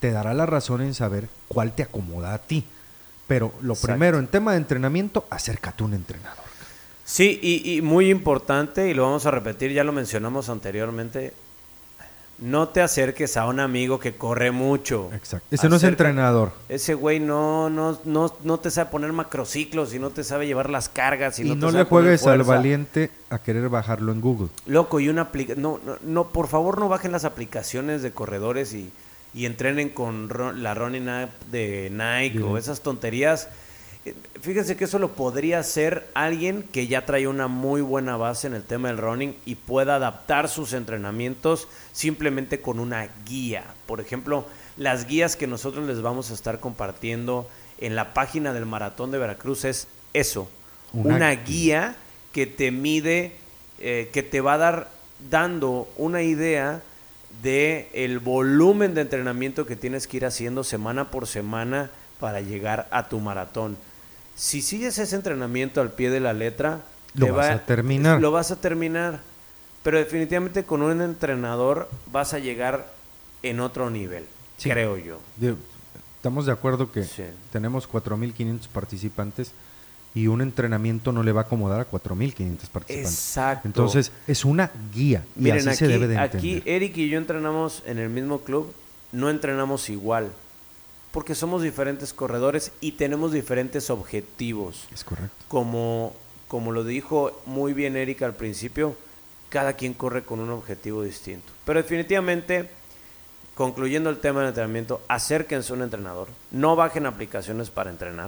te dará la razón en saber cuál te acomoda a ti. Pero lo Exacto. primero, en tema de entrenamiento, acércate a un entrenador. Sí, y muy importante, y lo vamos a repetir, ya lo mencionamos anteriormente, no te acerques a un amigo que corre mucho. Exacto. Ese no es entrenador. Ese güey no te sabe poner macrociclos y no te sabe llevar las cargas. Y no no te le sabe poner juegues al fuerza. valiente a querer bajarlo en Google. Loco, y una aplicación... No, por favor no bajen las aplicaciones de corredores y entrenen con la Running App de Nike o esas tonterías. Fíjense que eso lo podría hacer alguien que ya trae una muy buena base en el tema del running y pueda adaptar sus entrenamientos simplemente con una guía. Por ejemplo, las guías que nosotros les vamos a estar compartiendo en la página del Maratón de Veracruz es eso, una guía que te mide, que te va a dar dando una idea de el volumen de entrenamiento que tienes que ir haciendo semana por semana para llegar a tu maratón. Si sigues ese entrenamiento al pie de la letra, lo vas a terminar. Pero definitivamente con un entrenador vas a llegar en otro nivel, sí, creo yo. Estamos de acuerdo que tenemos 4.500 participantes y un entrenamiento no le va a acomodar a 4.500 participantes. Exacto. Entonces, es una guía. Miren, y así aquí, se debe de entender. Aquí Eric y yo entrenamos en el mismo club, no entrenamos igual. Porque somos diferentes corredores y tenemos diferentes objetivos. Es correcto. Como lo dijo muy bien Erika al principio, cada quien corre con un objetivo distinto. Pero definitivamente, concluyendo el tema del entrenamiento, acérquense a un entrenador. No bajen aplicaciones para entrenar.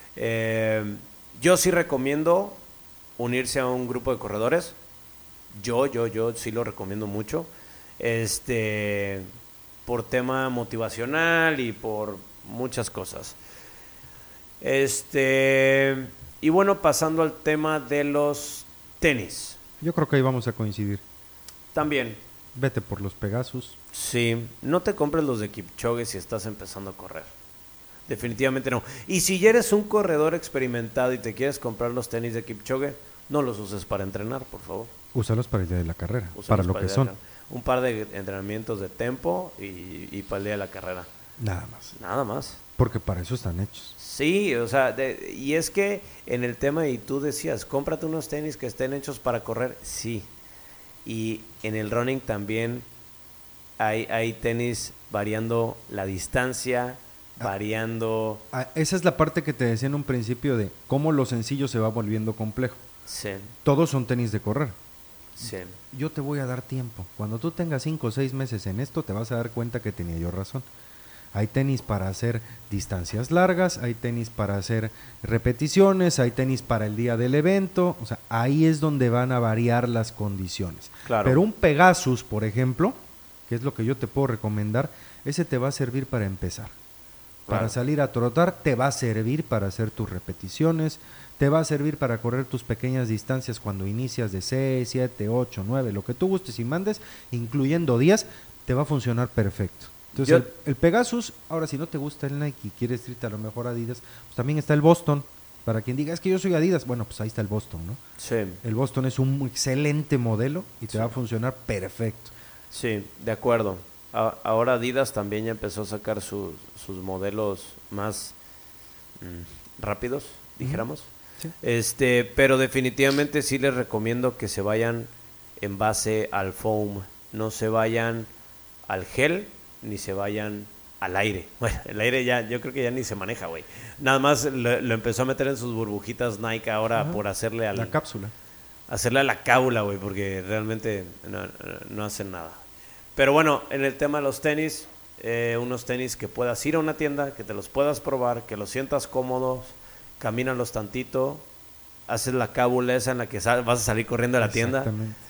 Yo sí recomiendo unirse a un grupo de corredores. Yo sí lo recomiendo mucho. Por tema motivacional y por muchas cosas. Y bueno, pasando al tema de los tenis. Yo creo que ahí vamos a coincidir. También. Vete por los Pegasus. Sí, no te compres los de Kipchoge si estás empezando a correr. Definitivamente no. Y si ya eres un corredor experimentado y te quieres comprar los tenis de Kipchoge, no los uses para entrenar, por favor. Úsalos para el día de la carrera, para lo que son. Un par de entrenamientos de tempo y para el día de la carrera. Nada más. Porque para eso están hechos. Sí, o sea, y es que en el tema, y tú decías, cómprate unos tenis que estén hechos para correr. Sí. Y en el running también hay tenis variando la distancia, variando... Esa es la parte que te decía en un principio de cómo lo sencillo se va volviendo complejo. Sí. Todos son tenis de correr. Sí. Yo te voy a dar tiempo. Cuando tú tengas 5 o 6 meses en esto, te vas a dar cuenta que tenía yo razón. Hay tenis para hacer distancias largas, hay tenis para hacer repeticiones, hay tenis para el día del evento. O sea, ahí es donde van a variar las condiciones. Claro. Pero un Pegasus, por ejemplo, que es lo que yo te puedo recomendar, ese te va a servir para empezar. Claro. Para salir a trotar, te va a servir para hacer tus repeticiones, te va a servir para correr tus pequeñas distancias cuando inicias de 6, 7, 8, 9, lo que tú gustes y mandes, incluyendo días, te va a funcionar perfecto. Entonces, el Pegasus, ahora si no te gusta el Nike y quieres irte a lo mejor a Adidas, pues también está el Boston. Para quien diga, es que yo soy Adidas, bueno, pues ahí está el Boston, ¿no? Sí. El Boston es un excelente modelo y te va a funcionar perfecto. Sí, de acuerdo. Ahora Adidas también ya empezó a sacar sus modelos más rápidos, dijéramos. Sí. Pero definitivamente sí les recomiendo que se vayan en base al foam, no se vayan al gel ni se vayan al aire. Bueno, el aire ya, yo creo que ya ni se maneja, güey. Nada más lo empezó a meter en sus burbujitas Nike ahora. Ajá. Por hacerle la cápsula. Hacerle a la cábula, güey, porque realmente no hacen nada. Pero bueno, en el tema de los tenis, unos tenis que puedas ir a una tienda, que te los puedas probar, que los sientas cómodos, camínalos tantito, haces la cábula esa en la que vas a salir corriendo a la tienda.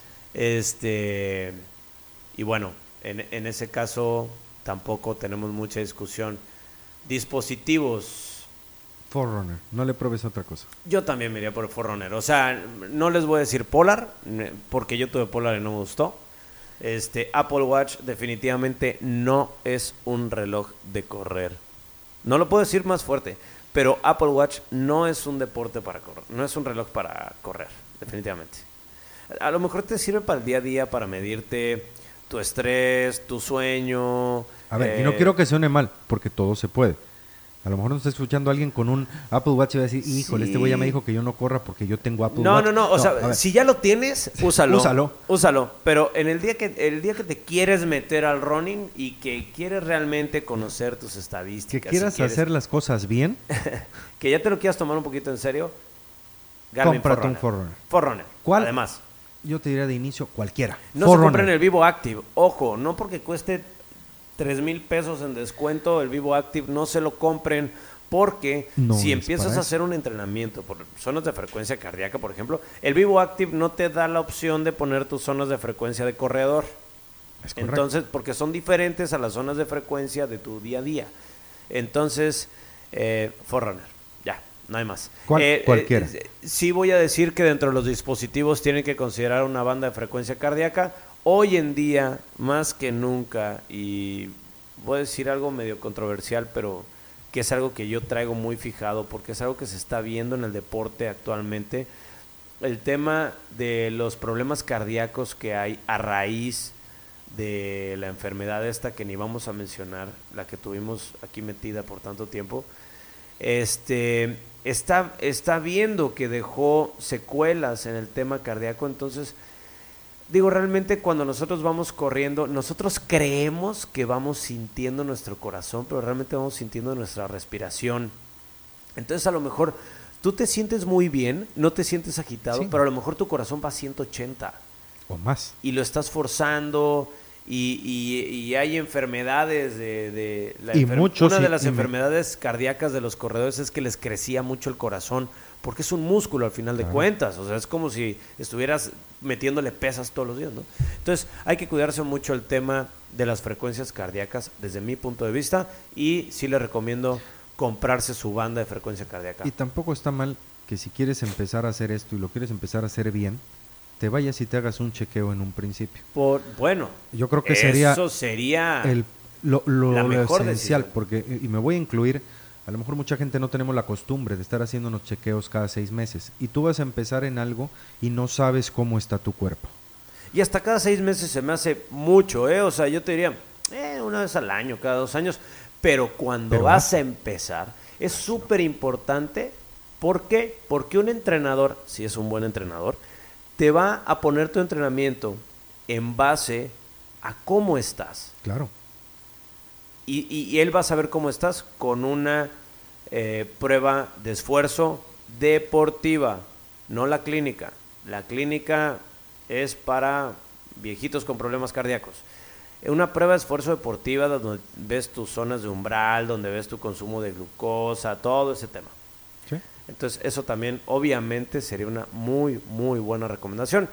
Y bueno, en ese caso tampoco tenemos mucha discusión. Dispositivos. Forerunner, no le pruebes otra cosa. Yo también me iría por el Forerunner. O sea, no les voy a decir Polar, porque yo tuve Polar y no me gustó. Apple Watch definitivamente no es un reloj de correr. No lo puedo decir más fuerte, pero Apple Watch no es un deporte para correr. No es un reloj para correr, definitivamente. A lo mejor te sirve para el día a día, para medirte tu estrés, tu sueño. A ver, y no quiero que suene mal, porque todo se puede. A lo mejor nos está escuchando alguien con un Apple Watch y va a decir, híjole, Sí. este güey ya me dijo que yo no corra porque yo tengo Apple No, Watch. no, no, o sea, si ya lo tienes, úsalo. Úsalo, pero en el día que te quieres meter al running y que quieres realmente conocer tus estadísticas, que quieras hacer las cosas bien, que ya te lo quieras tomar un poquito en serio, Garmin cómprate un Forerunner. Forerunner. ¿Cuál? Además, Yo te diría de inicio cualquiera. no Forerunner. se compren el Vivo Active. Ojo, no porque cueste 3,000 pesos en descuento el Vivo Active, no se lo compren. Porque No si es empiezas para a hacer un entrenamiento por zonas de frecuencia cardíaca, por ejemplo, el Vivo Active no te da la opción de poner tus zonas de frecuencia de corredor. Es correcto. Entonces, porque son diferentes a las zonas de frecuencia de tu día a día. Entonces, Forerunner, ya, no hay más. Cualquiera. Sí voy a decir que dentro de los dispositivos tienen que considerar una banda de frecuencia cardíaca. Hoy en día, más que nunca, y voy a decir algo medio controversial, pero que es algo que yo traigo muy fijado, porque es algo que se está viendo en el deporte actualmente, el tema de los problemas cardíacos que hay a raíz de la enfermedad esta que ni vamos a mencionar, la que tuvimos aquí metida por tanto tiempo, está viendo que dejó secuelas en el tema cardíaco. Entonces, digo, realmente cuando nosotros vamos corriendo, nosotros creemos que vamos sintiendo nuestro corazón, pero realmente vamos sintiendo nuestra respiración. Entonces, a lo mejor tú te sientes muy bien, no te sientes agitado, Sí. pero a lo mejor tu corazón va a 180 O más. y lo estás forzando y hay enfermedades Y muchos, una de y- las y me- enfermedades cardíacas de los corredores es que les crecía mucho el corazón, porque es un músculo al final de Claro. cuentas. O sea, es como si estuvieras metiéndole pesas todos los días, ¿no? Entonces, hay que cuidarse mucho el tema de las frecuencias cardíacas desde mi punto de vista, y sí les recomiendo comprarse su banda de frecuencia cardíaca. Y tampoco está mal que si quieres empezar a hacer esto y lo quieres empezar a hacer bien, te vayas y te hagas un chequeo en un principio. Bueno, Yo creo que sería eso sería lo la mejor esencial, decisión. porque, y me voy a incluir, a lo mejor mucha gente no tenemos la costumbre de estar haciéndonos chequeos cada 6 meses, y tú vas a empezar en algo y no sabes cómo está tu cuerpo. Y hasta cada 6 meses se me hace mucho, ¿eh? O sea, yo te diría, una vez al año, cada 2 años. Pero cuando Pero vas a empezar, es súper importante. ¿Por qué? Porque un entrenador, si es un buen entrenador, te va a poner tu entrenamiento en base a cómo estás. Claro. Y él va a saber cómo estás con una prueba de esfuerzo deportiva, no la clínica. La clínica es para viejitos con problemas cardíacos. Una prueba de esfuerzo deportiva donde ves tus zonas de umbral, donde ves tu consumo de glucosa, todo ese tema. ¿Sí? Entonces, eso también obviamente sería una muy, muy buena recomendación.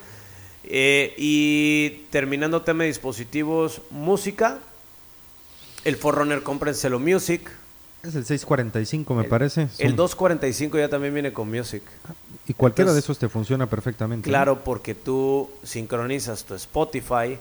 Y terminando tema de dispositivos, música, el Forerunner, cómprenselo Music. Es el 645, me parece. El Son- 245 ya también viene con Music. Y cualquiera de Entonces, esos te funciona perfectamente. Claro, porque tú sincronizas tu Spotify,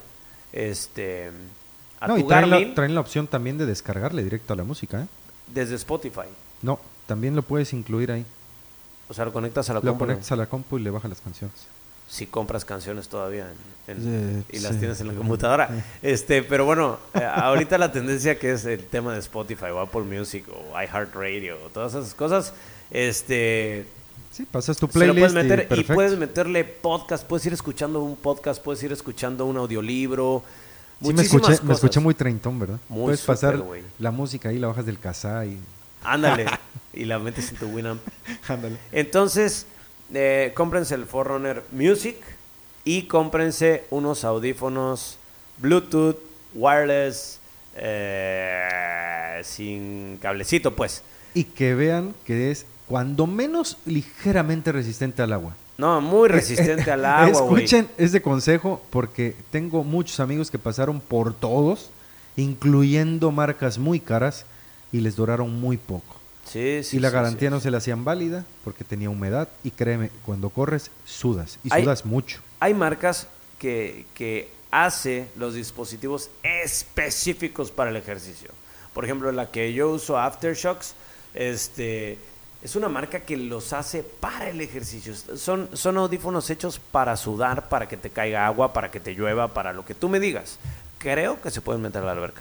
a No, tu y traen Garmin traen la opción también de descargarle directo a la música, ¿eh? desde Spotify. No, también lo puedes incluir ahí. O sea, lo conectas a la Lo compu, ¿no? conectas a la compu y le bajas las canciones. Si compras canciones todavía y las Sí. tienes en la computadora. Pero bueno, ahorita la tendencia que es el tema de Spotify o Apple Music o iHeartRadio o todas esas cosas, Sí, pasas tu se lo playlist puedes meter y perfecto. puedes meterle podcast, puedes ir escuchando un podcast, puedes ir escuchando un audiolibro, Sí, me muchísimas escuché cosas. muy treintón, ¿verdad? Muy Puedes súper, pasar güey. la música ahí, la bajas del casa y... Ándale, y la metes en tu Winamp. Ándale. Entonces, cómprense el Forerunner Music y cómprense unos audífonos Bluetooth, wireless, sin cablecito, pues. Y que vean que es cuando menos ligeramente resistente al agua. No, muy resistente al agua, güey. Escuchen ese consejo porque tengo muchos amigos que pasaron por todos, incluyendo marcas muy caras, y les duraron muy poco. Sí, sí, y la sí, garantía sí. no se la hacían válida porque tenía humedad, y créeme, cuando corres sudas, y Hay- sudas mucho. Hay marcas que hace los dispositivos específicos para el ejercicio. Por ejemplo, la que yo uso, Aftershocks, es una marca que los hace para el ejercicio. Son audífonos hechos para sudar, para que te caiga agua, para que te llueva, para lo que tú me digas. creo que se pueden meter a la alberca.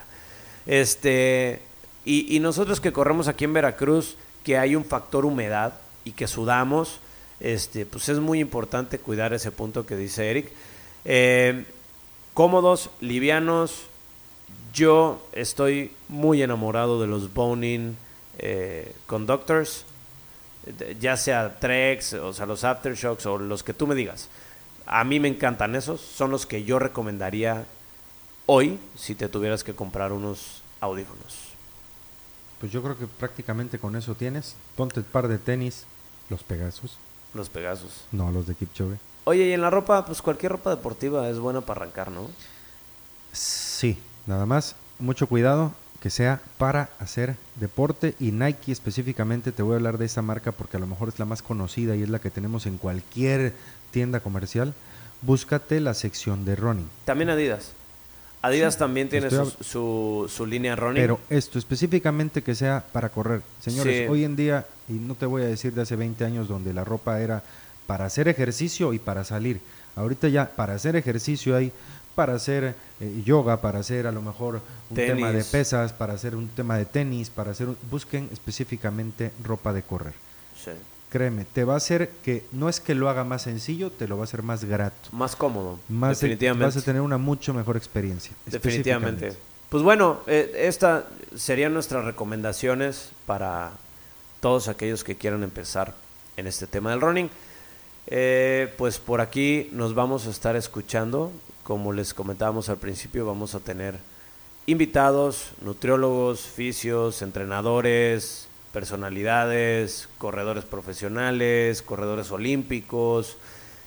Y nosotros que corremos aquí en Veracruz, que hay un factor humedad y que sudamos, pues es muy importante cuidar ese punto que dice Eric. Cómodos, livianos. Yo estoy muy enamorado de los Bonin Conductors, ya sea Trex, o sea, los Aftershocks o los que tú me digas. A mí me encantan esos, son los que yo recomendaría hoy si te tuvieras que comprar unos audífonos. Pues yo creo que prácticamente con eso tienes. Ponte el par de tenis, los Pegasus. Los Pegasus. No, los de Kipchoge. Oye, y en la ropa, pues cualquier ropa deportiva es buena para arrancar, ¿no? Sí, nada más, mucho cuidado que sea para hacer deporte, y Nike específicamente, te voy a hablar de esa marca porque a lo mejor es la más conocida y es la que tenemos en cualquier tienda comercial. Búscate la sección de running. También Adidas. Adidas Sí, también tiene su línea running. Pero esto específicamente que sea para correr. Señores, Sí. hoy en día, y no te voy a decir de hace 20 años donde la ropa era para hacer ejercicio y para salir. Ahorita ya para hacer ejercicio hay para hacer yoga, para hacer a lo mejor un Tenis. tema de pesas, para hacer un tema de tenis, para hacer busquen específicamente ropa de correr. Sí. Créeme, te va a hacer que, no es que lo haga más sencillo, te lo va a hacer más grato. Más cómodo, Más definitivamente. vas a tener una mucho mejor experiencia. Definitivamente. Específicamente. Pues bueno, estas serían nuestras recomendaciones para todos aquellos que quieran empezar en este tema del running. Pues por aquí nos vamos a estar escuchando. Como les comentábamos al principio, vamos a tener invitados, nutriólogos, fisios, entrenadores, personalidades, corredores profesionales, corredores olímpicos,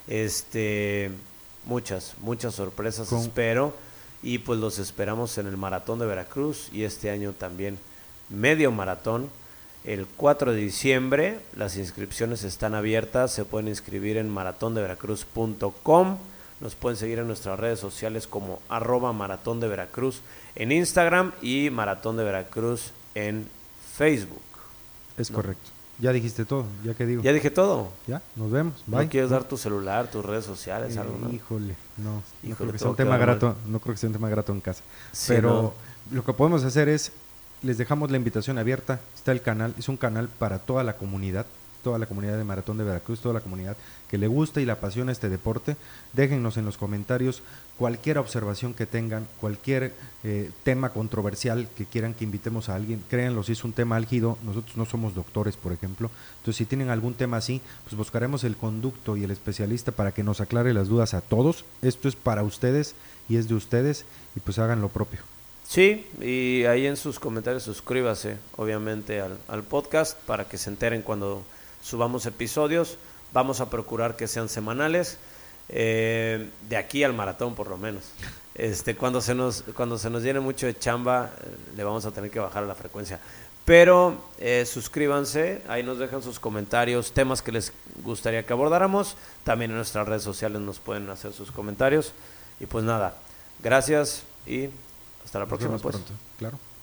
muchas sorpresas espero, y pues los esperamos en el Maratón de Veracruz y este año también medio maratón el 4 de diciembre. Las inscripciones están abiertas, se pueden inscribir en maratondeveracruz.com. Nos pueden seguir en nuestras redes sociales como @Maratón de Veracruz en Instagram y Maratón de Veracruz en Facebook. Es correcto. Ya dijiste todo, ya que digo. Ya dije todo. Ya, nos vemos. Bye. ¿No quieres dar tu celular, tus redes sociales, algo, no? Híjole, no Híjole, creo que sea todo un tema queda grato, mal. no creo que sea un tema grato en casa. Sí, Pero no. lo que podemos hacer es, les dejamos la invitación abierta, está el canal, es un canal para toda la comunidad de Maratón de Veracruz, toda la comunidad que le gusta y le apasiona este deporte. Déjennos en los comentarios cualquier observación que tengan, cualquier tema controversial que quieran que invitemos a alguien. Créanlo, si es un tema álgido, nosotros no somos doctores, por ejemplo. Entonces, si tienen algún tema así, pues buscaremos el conducto y el especialista para que nos aclare las dudas a todos. Esto es para ustedes y es de ustedes, y pues hagan lo propio. Sí, y ahí en sus comentarios suscríbase, obviamente, al podcast para que se enteren cuando subamos episodios. Vamos a procurar que sean semanales, de aquí al maratón por lo menos. Cuando se nos llene mucho de chamba, le vamos a tener que bajar a la frecuencia. Pero suscríbanse, ahí nos dejan sus comentarios, temas que les gustaría que abordáramos. También en nuestras redes sociales nos pueden hacer sus comentarios. Y pues nada, gracias y hasta la próxima. Nos vemos Pues. pronto, claro.